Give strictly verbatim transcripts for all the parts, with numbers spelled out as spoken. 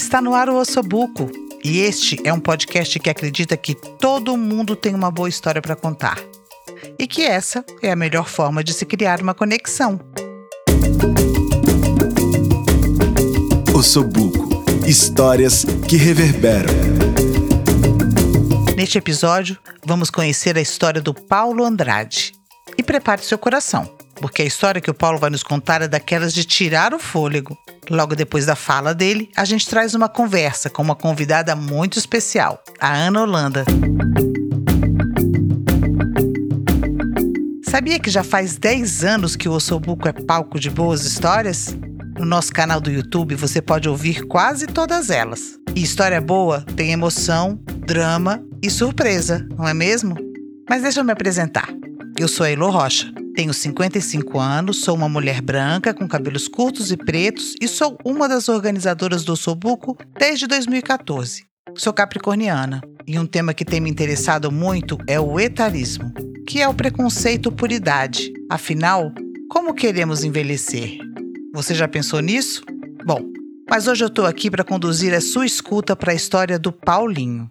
Está no ar o Ossobuco, e este é um podcast que acredita que todo mundo tem uma boa história para contar. E que essa é a melhor forma de se criar uma conexão. Ossobuco, histórias que reverberam. Neste episódio, vamos conhecer a história do Paulo Andrade. E prepare seu coração, porque a história que o Paulo vai nos contar é daquelas de tirar o fôlego. Logo depois da fala dele, a gente traz uma conversa com uma convidada muito especial, a Ana Holanda. Sabia que já faz dez anos que o Ossobuco é palco de boas histórias? No nosso canal do YouTube você pode ouvir quase todas elas. E história boa tem emoção, drama e surpresa, não é mesmo? Mas deixa eu me apresentar. Eu sou a Elo Rocha, tenho cinquenta e cinco anos, sou uma mulher branca com cabelos curtos e pretos e sou uma das organizadoras do Ossobuco desde dois mil e catorze. Sou capricorniana e um tema que tem me interessado muito é o etarismo, que é o preconceito por idade. Afinal, como queremos envelhecer? Você já pensou nisso? Bom, mas hoje eu estou aqui para conduzir a sua escuta para a história do Paulinho.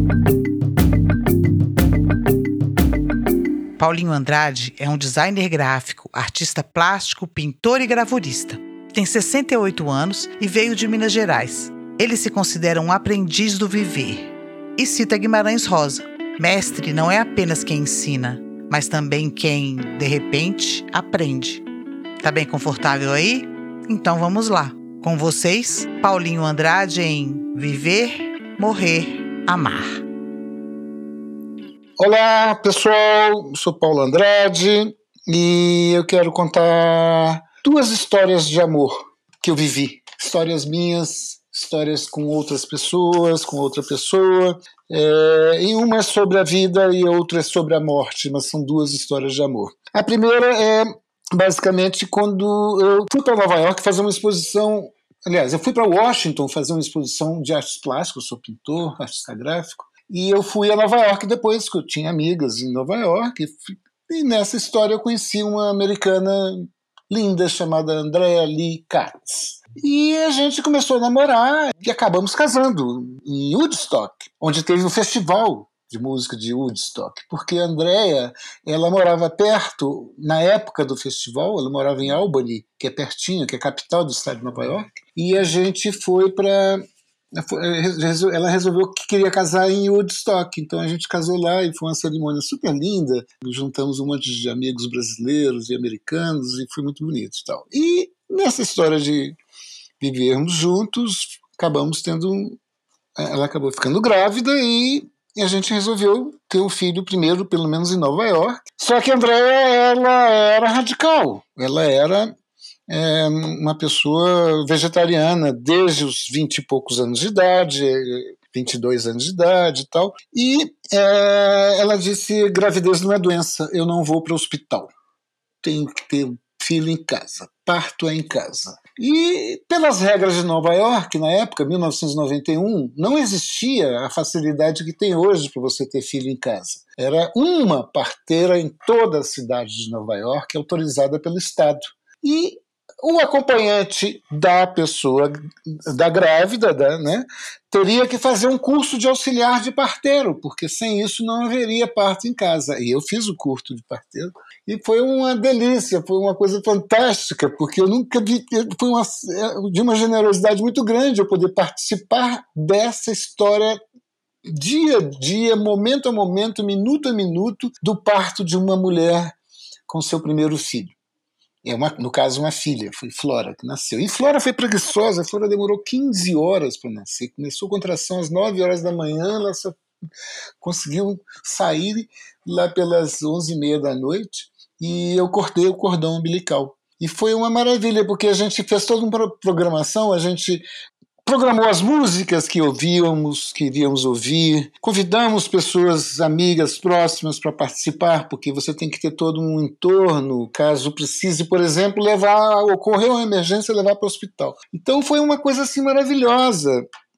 Paulinho Andrade é um designer gráfico, artista plástico, pintor e gravurista. Tem sessenta e oito anos e veio de Minas Gerais. Ele se considera um aprendiz do viver. E cita Guimarães Rosa: mestre não é apenas quem ensina, mas também quem, de repente, aprende. Tá bem confortável aí? Então vamos lá. Com vocês, Paulinho Andrade em Viver, Morrer, Amar. Olá, pessoal, eu sou Paulo Andrade e eu quero contar duas histórias de amor que eu vivi. Histórias minhas, histórias com outras pessoas, com outra pessoa. É, e uma é sobre a vida e outra é sobre a morte, mas são duas histórias de amor. A primeira é basicamente quando eu fui para Nova York fazer uma exposição. Aliás, eu fui para Washington fazer uma exposição de artes plásticas, eu sou pintor, artista gráfico. E eu fui a Nova York depois, que eu tinha amigas em Nova York, e, e nessa história eu conheci uma americana linda chamada Andrea Lee Katz. E a gente começou a namorar e acabamos casando em Woodstock, onde teve um festival de música de Woodstock, porque a Andrea, ela morava perto, na época do festival, ela morava em Albany, que é pertinho, que é a capital do estado de Nova York, e a gente foi para... Ela resolveu que queria casar em Woodstock, então a gente casou lá e foi uma cerimônia super linda. Juntamos um monte de amigos brasileiros e americanos e foi muito bonito e tal. E nessa história de vivermos juntos, acabamos tendo. Ela acabou ficando grávida e a gente resolveu ter um filho primeiro, pelo menos em Nova York. Só que a Andrea, ela era radical, ela era. É uma pessoa vegetariana desde os vinte e poucos anos de idade, vinte e dois anos de idade e tal. E é, ela disse: gravidez não é doença, eu não vou para o hospital. Tenho que ter filho em casa, parto é em casa. E pelas regras de Nova York, na época, mil novecentos e noventa e um, não existia a facilidade que tem hoje para você ter filho em casa. Era uma parteira em toda a cidade de Nova York, autorizada pelo Estado. E o acompanhante da pessoa, da grávida, da, né, teria que fazer um curso de auxiliar de parteiro, porque sem isso não haveria parto em casa. E eu fiz o curso de parteiro e foi uma delícia, foi uma coisa fantástica, porque eu nunca vi, foi uma, de uma generosidade muito grande eu poder participar dessa história dia a dia, momento a momento, minuto a minuto, do parto de uma mulher com seu primeiro filho. É uma, no caso, uma filha, foi Flora, que nasceu. E Flora foi preguiçosa, Flora demorou quinze horas para nascer. Começou a contração às nove horas da manhã, ela só conseguiu sair lá pelas onze e meia da noite e eu cortei o cordão umbilical. E foi uma maravilha, porque a gente fez toda uma programação, a gente programou as músicas que ouvíamos, que iríamos ouvir, convidamos pessoas, amigas próximas para participar, porque você tem que ter todo um entorno, caso precise, por exemplo, levar, ocorreu uma emergência, levar para o hospital. Então foi uma coisa assim maravilhosa.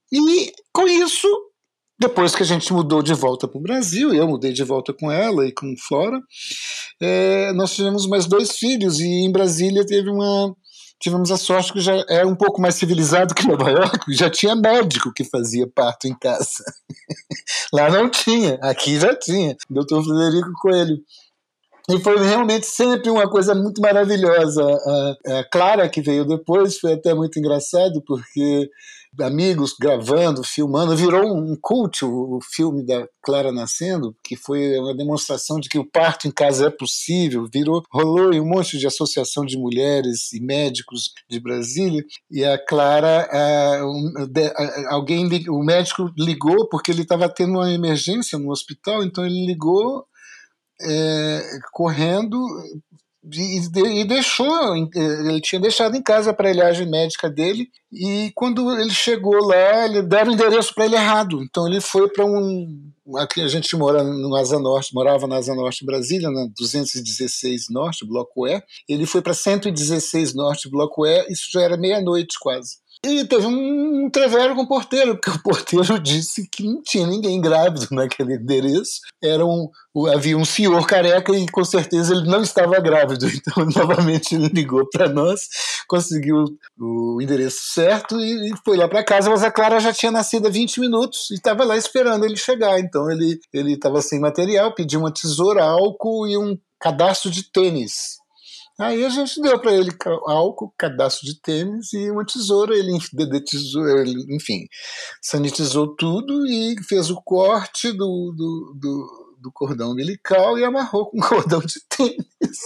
E com isso, depois que a gente mudou de volta para o Brasil, eu mudei de volta com ela e com Flora, é, nós tivemos mais dois filhos, e em Brasília teve uma tivemos a sorte que já era um pouco mais civilizado que Nova York, já tinha médico que fazia parto em casa. Lá não tinha, aqui já tinha, doutor Frederico Coelho. E foi realmente sempre uma coisa muito maravilhosa. A, a Clara, que veio depois, foi até muito engraçado, porque amigos gravando, filmando, virou um cult o, o filme da Clara nascendo, que foi uma demonstração de que o parto em casa é possível, virou, rolou em um monte de associação de mulheres e médicos de Brasília, e a Clara, a, um, de, a, alguém, o médico ligou porque ele estava tendo uma emergência no hospital, então ele ligou É, correndo e, e deixou, ele tinha deixado em casa a aparelhagem médica dele, e quando ele chegou lá, ele deram o endereço para ele errado, então ele foi para um, aqui a gente mora no Asa Norte, morava na Asa Norte Brasília, na duzentos e dezesseis Norte, Bloco E, ele foi para cento e dezesseis Norte, Bloco E, isso já era meia-noite quase. E teve um entrevero com o porteiro, porque o porteiro disse que não tinha ninguém grávido naquele endereço. Era um, havia um senhor careca e com certeza ele não estava grávido. Então, novamente, ele ligou para nós, conseguiu o endereço certo e foi lá para casa. Mas a Clara já tinha nascido há vinte minutos e estava lá esperando ele chegar. Então, ele ele estava sem material, pediu uma tesoura, álcool e um cadastro de tênis. Aí a gente deu para ele álcool, cadastro de tênis e uma tesoura, ele dedetizou, ele, enfim, sanitizou tudo e fez o corte do, do, do, do cordão umbilical e amarrou com cordão de tênis.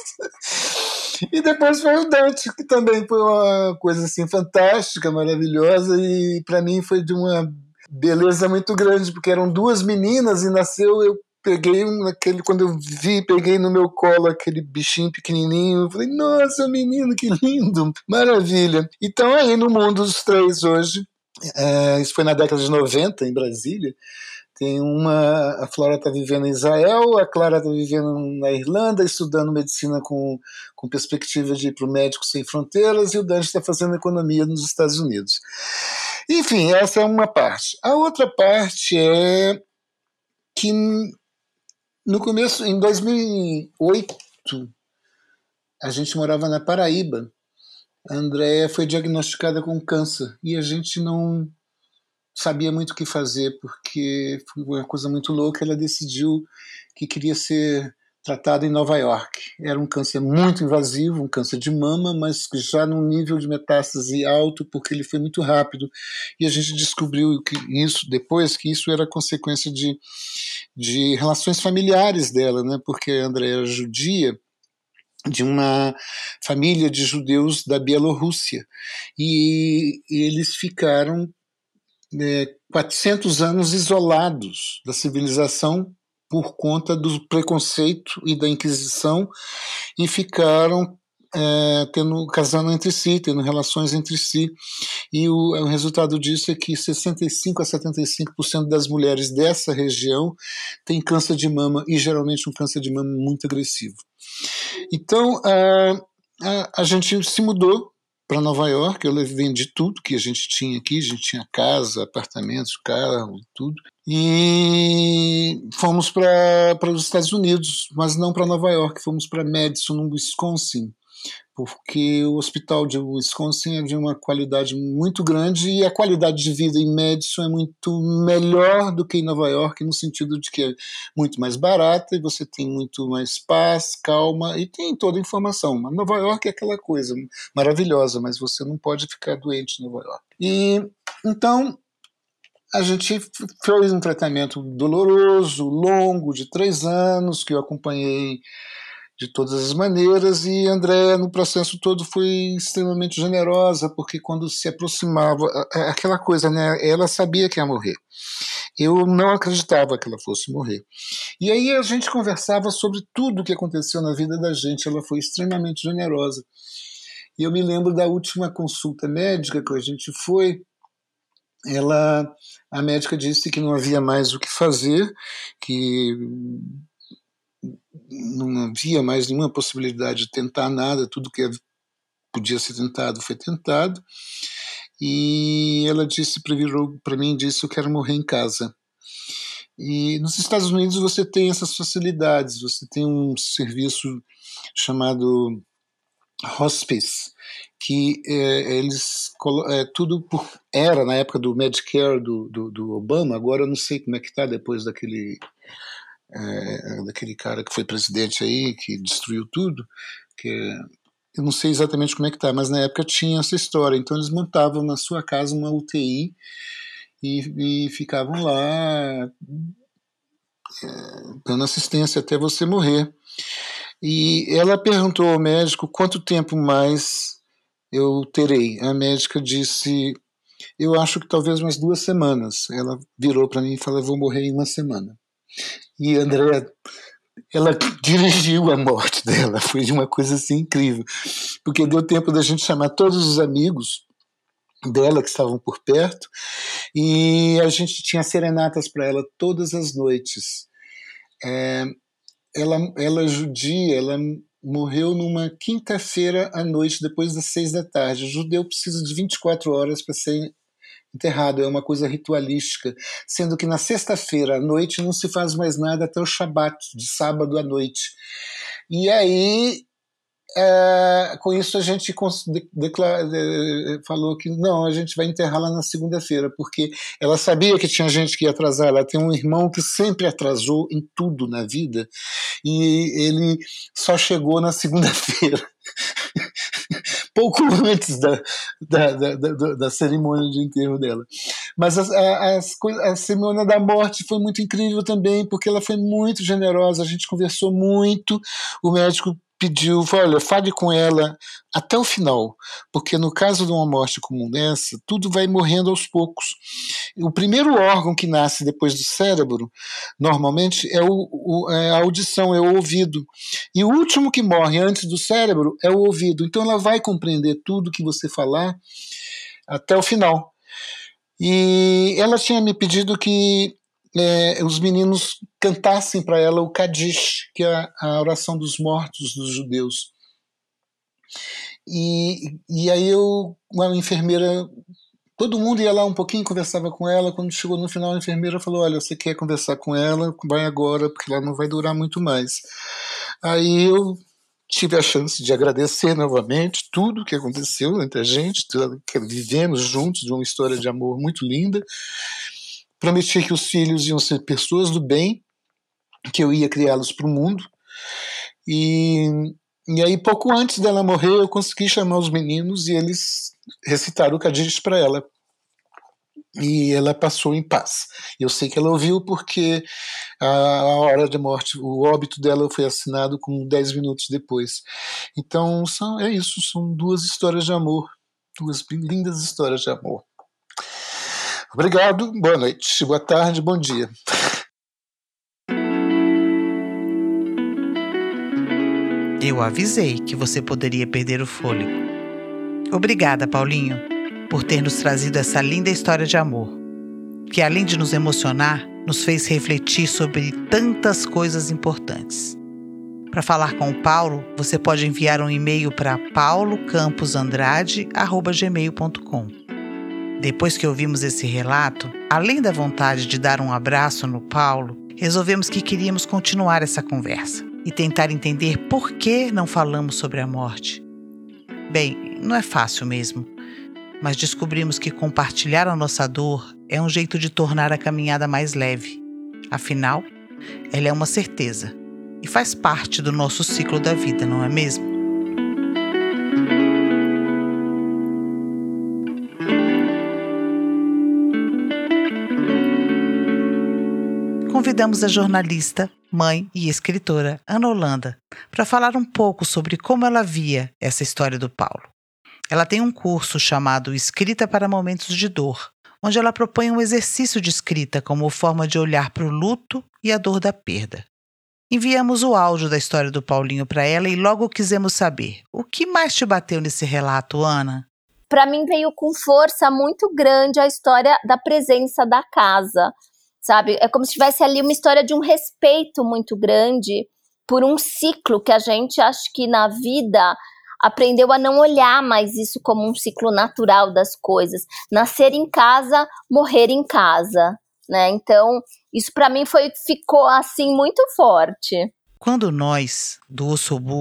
E depois foi o Dante, que também foi uma coisa assim fantástica, maravilhosa, e para mim foi de uma beleza muito grande, porque eram duas meninas e nasceu eu peguei um, aquele, quando eu vi, peguei no meu colo aquele bichinho pequenininho, falei, nossa, menino, que lindo, maravilha. Então aí no mundo dos três hoje, é, isso foi na década de noventa em Brasília, tem uma, a Flora está vivendo em Israel, a Clara está vivendo na Irlanda, estudando medicina com, com perspectiva de ir para o Médicos Sem Fronteiras, e o Dante está fazendo economia nos Estados Unidos. Enfim, essa é uma parte. A outra parte é que no começo, em dois mil e oito, a gente morava na Paraíba. A Andréia foi diagnosticada com câncer e a gente não sabia muito o que fazer, porque foi uma coisa muito louca. Ela decidiu que queria ser tratada em Nova York. Era um câncer muito invasivo, um câncer de mama, mas já num nível de metástase alto, porque ele foi muito rápido. E a gente descobriu que isso, depois, que isso era consequência de, de relações familiares dela, né? Porque a Andréia era judia, de uma família de judeus da Bielorrússia. E, e eles ficaram é, quatrocentos anos isolados da civilização por conta do preconceito e da Inquisição, e ficaram é, tendo, casando entre si, tendo relações entre si. E o, o resultado disso é que sessenta e cinco a setenta e cinco por cento das mulheres dessa região têm câncer de mama, e geralmente um câncer de mama muito agressivo. Então, a, a, a gente se mudou para Nova York. Eu vendi tudo que a gente tinha aqui, a gente tinha casa, apartamentos, carro, tudo, e fomos para os Estados Unidos, mas não para Nova York, fomos para Madison, no Wisconsin, porque o hospital de Wisconsin é de uma qualidade muito grande e a qualidade de vida em Madison é muito melhor do que em Nova York, no sentido de que é muito mais barata e você tem muito mais paz, calma, e tem toda a informação. Mas Nova York é aquela coisa maravilhosa, mas você não pode ficar doente em Nova York. E então a gente fez um tratamento doloroso, longo, de três anos, que eu acompanhei de todas as maneiras, e a Andréia no processo todo foi extremamente generosa, porque quando se aproximava, aquela coisa, né, ela sabia que ia morrer. Eu não acreditava que ela fosse morrer. E aí a gente conversava sobre tudo o que aconteceu na vida da gente, ela foi extremamente generosa. E eu me lembro da última consulta médica que a gente foi, ela, a médica disse que não havia mais o que fazer, que não havia mais nenhuma possibilidade de tentar nada, tudo que podia ser tentado foi tentado, e ela disse, virou para mim e disse, eu quero morrer em casa. E nos Estados Unidos você tem essas facilidades, você tem um serviço chamado hospice, que é, eles é, tudo por, era na época do Medicare do, do, do Obama. Agora eu não sei como é que está depois daquele é, daquele cara que foi presidente aí, que destruiu tudo, que eu não sei exatamente como é que está, mas na época tinha essa história. Então eles montavam na sua casa uma U T I e, e ficavam lá é, dando assistência até você morrer. E ela perguntou ao médico quanto tempo mais eu terei. A médica disse, eu acho que talvez umas duas semanas. Ela virou para mim e falou, eu vou morrer em uma semana. E André, ela dirigiu a morte dela. Foi uma coisa assim incrível, porque deu tempo da gente chamar todos os amigos dela que estavam por perto, e a gente tinha serenatas para ela todas as noites. É, ela, ela judia, ela morreu numa quinta-feira à noite, depois das seis da tarde. O judeu precisa de vinte e quatro horas para ser enterrado, é uma coisa ritualística, sendo que na sexta-feira à noite não se faz mais nada até o Shabat, de sábado à noite. E aí, é, com isso a gente declara, falou que não, a gente vai enterrá-la na segunda-feira, porque ela sabia que tinha gente que ia atrasar. Ela tem um irmão que sempre atrasou em tudo na vida, e ele só chegou na segunda-feira, pouco antes da, da, da, da, da cerimônia de enterro dela. Mas a, a, a, a cerimônia da morte foi muito incrível também, porque ela foi muito generosa, a gente conversou muito, o médico pediu, olha, fale com ela até o final, porque no caso de uma morte comum dessa, tudo vai morrendo aos poucos. O primeiro órgão que nasce depois do cérebro, normalmente, é, o, o, é a audição, é o ouvido. E o último que morre antes do cérebro é o ouvido. Então ela vai compreender tudo que você falar até o final. E ela tinha me pedido que É, os meninos cantassem para ela o Kadish, que é a oração dos mortos dos judeus. E, e aí eu, uma enfermeira, todo mundo ia lá um pouquinho, conversava com ela. Quando chegou no final, a enfermeira falou, olha, você quer conversar com ela? Vai agora, porque ela não vai durar muito mais. Aí eu tive a chance de agradecer novamente tudo que aconteceu entre a gente, tudo que vivemos juntos, de uma história de amor muito linda. Prometi que os filhos iam ser pessoas do bem, que eu ia criá-los para o mundo. E, e aí, pouco antes dela morrer, eu consegui chamar os meninos e eles recitaram o Kadish para ela. E ela passou em paz. Eu sei que ela ouviu porque a, a hora de morte, o óbito dela foi assinado com dez minutos depois. Então, são, é isso, são duas histórias de amor, duas lindas histórias de amor. Obrigado, boa noite, boa tarde, bom dia. Eu avisei que você poderia perder o fôlego. Obrigada, Paulinho, por ter nos trazido essa linda história de amor, que além de nos emocionar, nos fez refletir sobre tantas coisas importantes. Para falar com o Paulo, você pode enviar um e-mail para paulo campos andrade arroba gmail ponto com. Depois que ouvimos esse relato, além da vontade de dar um abraço no Paulo, resolvemos que queríamos continuar essa conversa e tentar entender por que não falamos sobre a morte. Bem, não é fácil mesmo, mas descobrimos que compartilhar a nossa dor é um jeito de tornar a caminhada mais leve. Afinal, ela é uma certeza e faz parte do nosso ciclo da vida, não é mesmo? Convidamos a jornalista, mãe e escritora Ana Holanda para falar um pouco sobre como ela via essa história do Paulo. Ela tem um curso chamado Escrita para Momentos de Dor, onde ela propõe um exercício de escrita como forma de olhar para o luto e a dor da perda. Enviamos o áudio da história do Paulinho para ela e logo quisemos saber, o que mais te bateu nesse relato, Ana? Para mim veio com força muito grande a história da presença da casa. Sabe? É como se tivesse ali uma história de um respeito muito grande por um ciclo que a gente, acho que na vida, aprendeu a não olhar mais isso como um ciclo natural das coisas. Nascer em casa, morrer em casa, né? Então, isso para mim foi, ficou assim muito forte. Quando nós, do Ossobuco,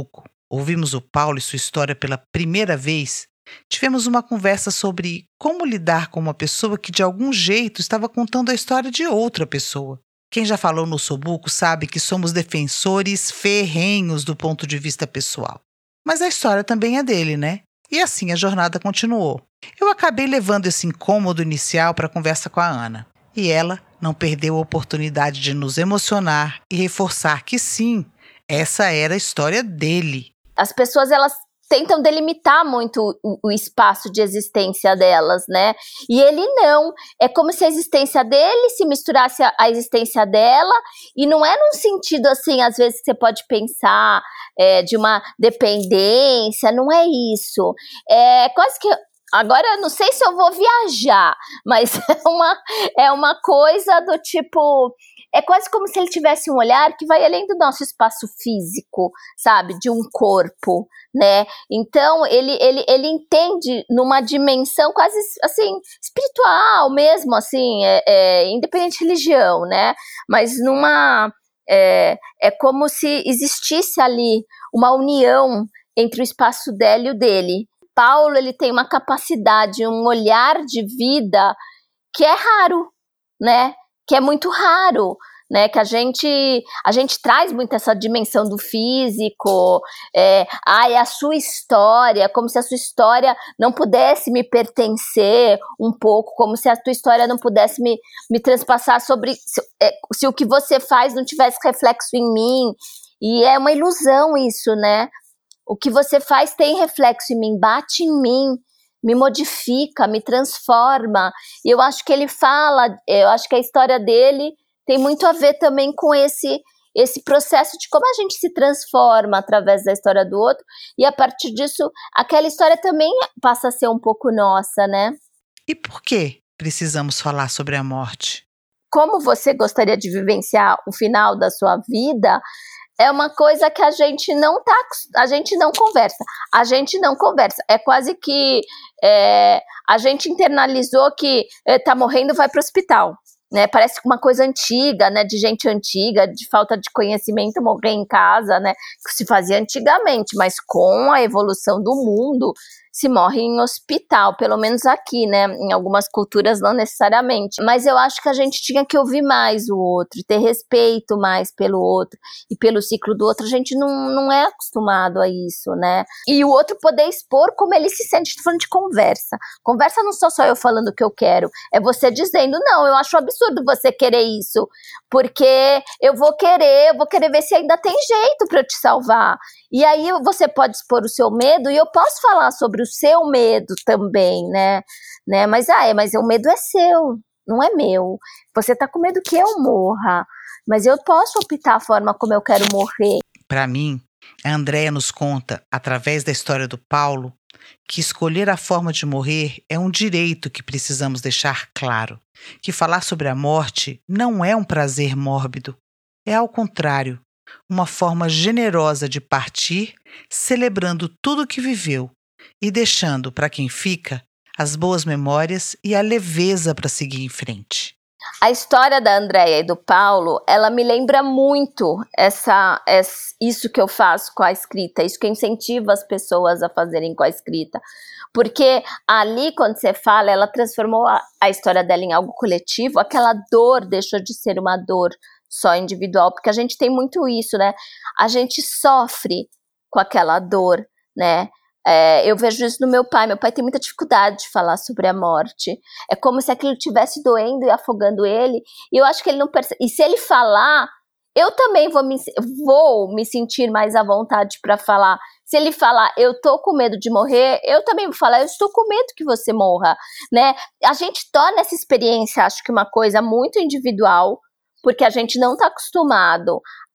ouvimos o Paulo e sua história pela primeira vez, tivemos uma conversa sobre como lidar com uma pessoa que de algum jeito estava contando a história de outra pessoa. Quem já falou no Ossobuco sabe que somos defensores ferrenhos do ponto de vista pessoal. Mas a história também é dele, né? E assim a jornada continuou. Eu acabei levando esse incômodo inicial para a conversa com a Ana. E ela não perdeu a oportunidade de nos emocionar e reforçar que sim, essa era a história dele. As pessoas, elas tentam delimitar muito o, o espaço de existência delas, né? E ele não. É como se a existência dele se misturasse à existência dela, e não é num sentido assim, às vezes, que você pode pensar é, de uma dependência, não é isso. É quase que... Agora, não sei se eu vou viajar, mas é uma, é uma coisa do tipo... É quase como se ele tivesse um olhar que vai além do nosso espaço físico, sabe? De um corpo, né? Então, ele, ele, ele entende numa dimensão quase, assim, espiritual mesmo, assim, é, é, independente de religião, né? Mas numa... É, é como se existisse ali uma união entre o espaço dela e o dele. Paulo, ele tem uma capacidade, um olhar de vida que é raro, né? Que é muito raro, né? Que a gente, a gente traz muito essa dimensão do físico, é, ah, é a sua história, como se a sua história não pudesse me pertencer um pouco, como se a tua história não pudesse me, me transpassar sobre, se, é, se o que você faz não tivesse reflexo em mim, e é uma ilusão isso, né? O que você faz tem reflexo em mim, bate em mim, me modifica, me transforma. E eu acho que ele fala, eu acho que a história dele tem muito a ver também com esse, esse processo de como a gente se transforma através da história do outro, e a partir disso, aquela história também passa a ser um pouco nossa, né? E por que precisamos falar sobre a morte? Como você gostaria de vivenciar o final da sua vida, é uma coisa que a gente não tá, a gente não conversa, a gente não conversa, é quase que é, a gente internalizou que é, tá morrendo, vai pro hospital, né? Parece uma coisa antiga, né? De gente antiga, de falta de conhecimento, morrer em casa, né? Que se fazia antigamente, mas com a evolução do mundo, se morre em hospital, pelo menos aqui, né? Em algumas culturas não necessariamente. Mas eu acho que a gente tinha que ouvir mais o outro, ter respeito mais pelo outro e pelo ciclo do outro. A gente não, não é acostumado a isso, né? E o outro poder expor como ele se sente. Estou falando de conversa. Conversa não sou só eu falando o que eu quero, é você dizendo, não, eu acho absurdo você querer isso, porque eu vou querer, eu vou querer ver se ainda tem jeito para eu te salvar. E aí você pode expor o seu medo e eu posso falar sobre o seu medo também, né? né? Mas, ah, é, mas o medo é seu, não é meu. Você tá com medo que eu morra, mas eu posso optar a forma como eu quero morrer. Para mim, a Andréia nos conta, através da história do Paulo, que escolher a forma de morrer é um direito que precisamos deixar claro. Que falar sobre a morte não é um prazer mórbido, é ao contrário, uma forma generosa de partir, celebrando tudo o que viveu e deixando para quem fica as boas memórias e a leveza para seguir em frente. A história da Andréia e do Paulo, ela me lembra muito essa, essa, isso que eu faço com a escrita, isso que eu incentivo as pessoas a fazerem com a escrita. Porque ali, quando você fala, ela transformou a, a história dela em algo coletivo, aquela dor deixou de ser uma dor só individual, porque a gente tem muito isso, né? A gente sofre com aquela dor, né? É, eu vejo isso no meu pai. Meu pai tem muita dificuldade de falar sobre a morte. É como se aquilo estivesse doendo e afogando ele. E eu acho que ele não percebe. E se ele falar, eu também vou me, vou me sentir mais à vontade para falar. Se ele falar, eu tô com medo de morrer, eu também vou falar, eu estou com medo que você morra, né? A gente torna essa experiência, acho que uma coisa muito individual, porque a gente não está acostumado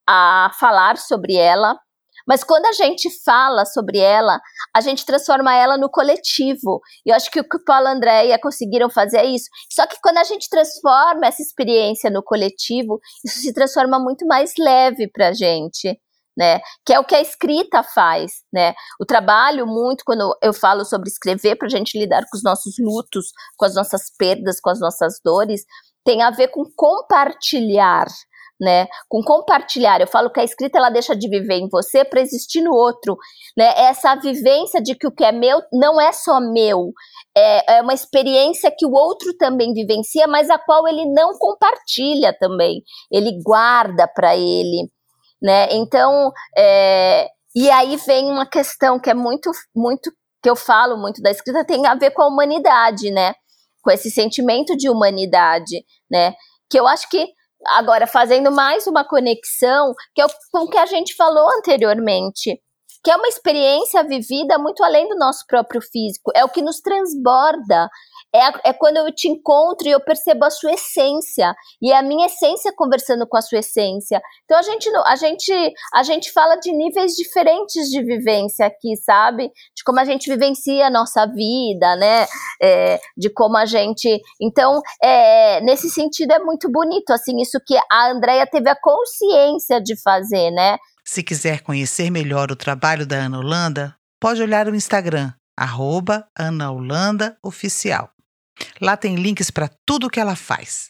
a falar sobre ela, mas quando a gente fala sobre ela, a gente transforma ela no coletivo. E eu acho que o que o Paulo e a Andréia conseguiram fazer é isso. Só que quando a gente transforma essa experiência no coletivo, isso se transforma muito mais leve para a gente, né? Que é o que a escrita faz, né? O trabalho muito, quando eu falo sobre escrever, para a gente lidar com os nossos lutos, com as nossas perdas, com as nossas dores, tem a ver com compartilhar, né? Com compartilhar. Eu falo que a escrita ela deixa de viver em você para existir no outro, né? Essa vivência de que o que é meu não é só meu, é, é uma experiência que o outro também vivencia, mas a qual ele não compartilha também, ele guarda para ele, né? Então, é, e aí vem uma questão que é muito, muito, que eu falo muito da escrita, tem a ver com a humanidade, né? Com esse sentimento de humanidade, né? Que eu acho que, agora, fazendo mais uma conexão, que é com o que a gente falou anteriormente, que é uma experiência vivida muito além do nosso próprio físico, é o que nos transborda, é, é quando eu te encontro e eu percebo a sua essência, e é a minha essência conversando com a sua essência. Então a gente, a gente, a gente fala de níveis diferentes de vivência aqui, sabe? De como a gente vivencia a nossa vida, né? É, de como a gente... Então, é, nesse sentido é muito bonito, assim, isso que a Andréia teve a consciência de fazer, né? Se quiser conhecer melhor o trabalho da Ana Holanda, pode olhar o Instagram, arroba Ana Holanda Oficial. Lá tem links para tudo o que ela faz.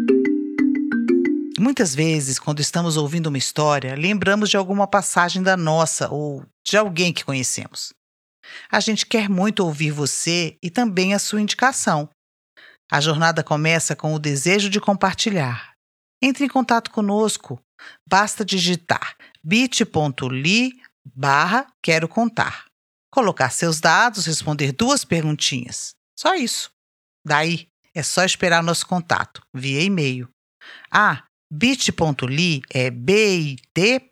Muitas vezes, quando estamos ouvindo uma história, lembramos de alguma passagem da nossa ou de alguém que conhecemos. A gente quer muito ouvir você e também a sua indicação. A jornada começa com o desejo de compartilhar. Entre em contato conosco. Basta digitar bit.ly barra quero contar. Colocar seus dados, responder duas perguntinhas. Só isso. Daí, é só esperar nosso contato, via e-mail. Ah, bit.ly é bit.ly.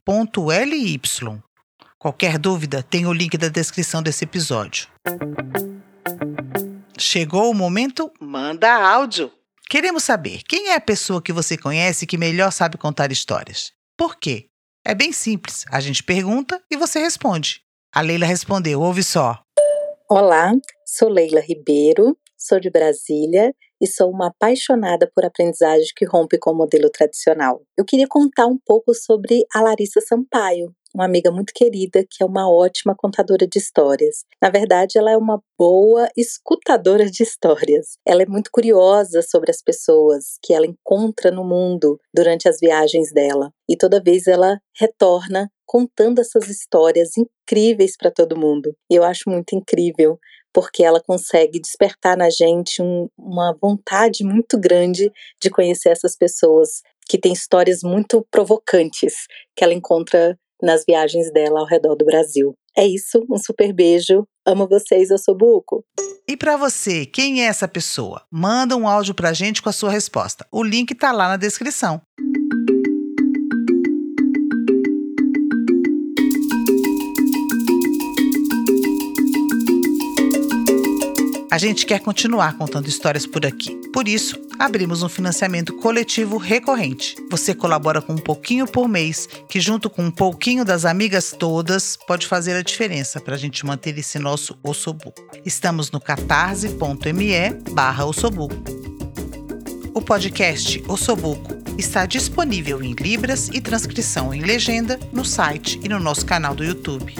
Qualquer dúvida, tem o link da descrição desse episódio. Chegou o momento, manda áudio. Queremos saber quem é a pessoa que você conhece que melhor sabe contar histórias. Por quê? É bem simples. A gente pergunta e você responde. A Leila respondeu, ouve só. Olá, sou Leila Ribeiro, sou de Brasília e sou uma apaixonada por aprendizagem que rompe com o modelo tradicional. Eu queria contar um pouco sobre a Larissa Sampaio, uma amiga muito querida que é uma ótima contadora de histórias. Na verdade, ela é uma boa escutadora de histórias. Ela é muito curiosa sobre as pessoas que ela encontra no mundo durante as viagens dela. E toda vez ela retorna contando essas histórias incríveis para todo mundo. E eu acho muito incrível, porque ela consegue despertar na gente um, uma vontade muito grande de conhecer essas pessoas que têm histórias muito provocantes que ela encontra nas viagens dela ao redor do Brasil. É isso, um super beijo. Amo vocês, eu sou Buco. E para você, quem é essa pessoa? Manda um áudio pra gente com a sua resposta. O link tá lá na descrição. A gente quer continuar contando histórias por aqui. Por isso, abrimos um financiamento coletivo recorrente. Você colabora com um pouquinho por mês, que junto com um pouquinho das amigas todas, pode fazer a diferença para a gente manter esse nosso Ossobuco. Estamos no catarse.me barra Ossobuco. O podcast Ossobuco está disponível em Libras e transcrição em legenda no site e no nosso canal do YouTube.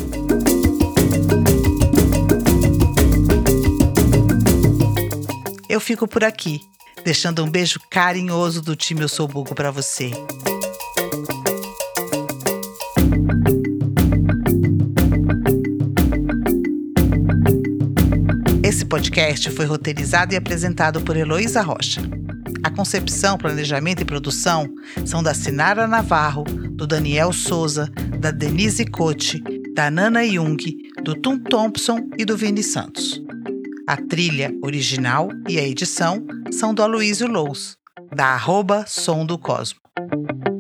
Eu fico por aqui, deixando um beijo carinhoso do time Ossobuco para você. Esse podcast foi roteirizado e apresentado por Heloísa Rocha. A concepção, planejamento e produção são da Sinara Navarro, do Daniel Souza, da Denise Cote, da Nana Jung, do Tum Thompson e do Vini Santos. A trilha original e a edição são do Aloysio Lous, da arroba Som do Cosmo.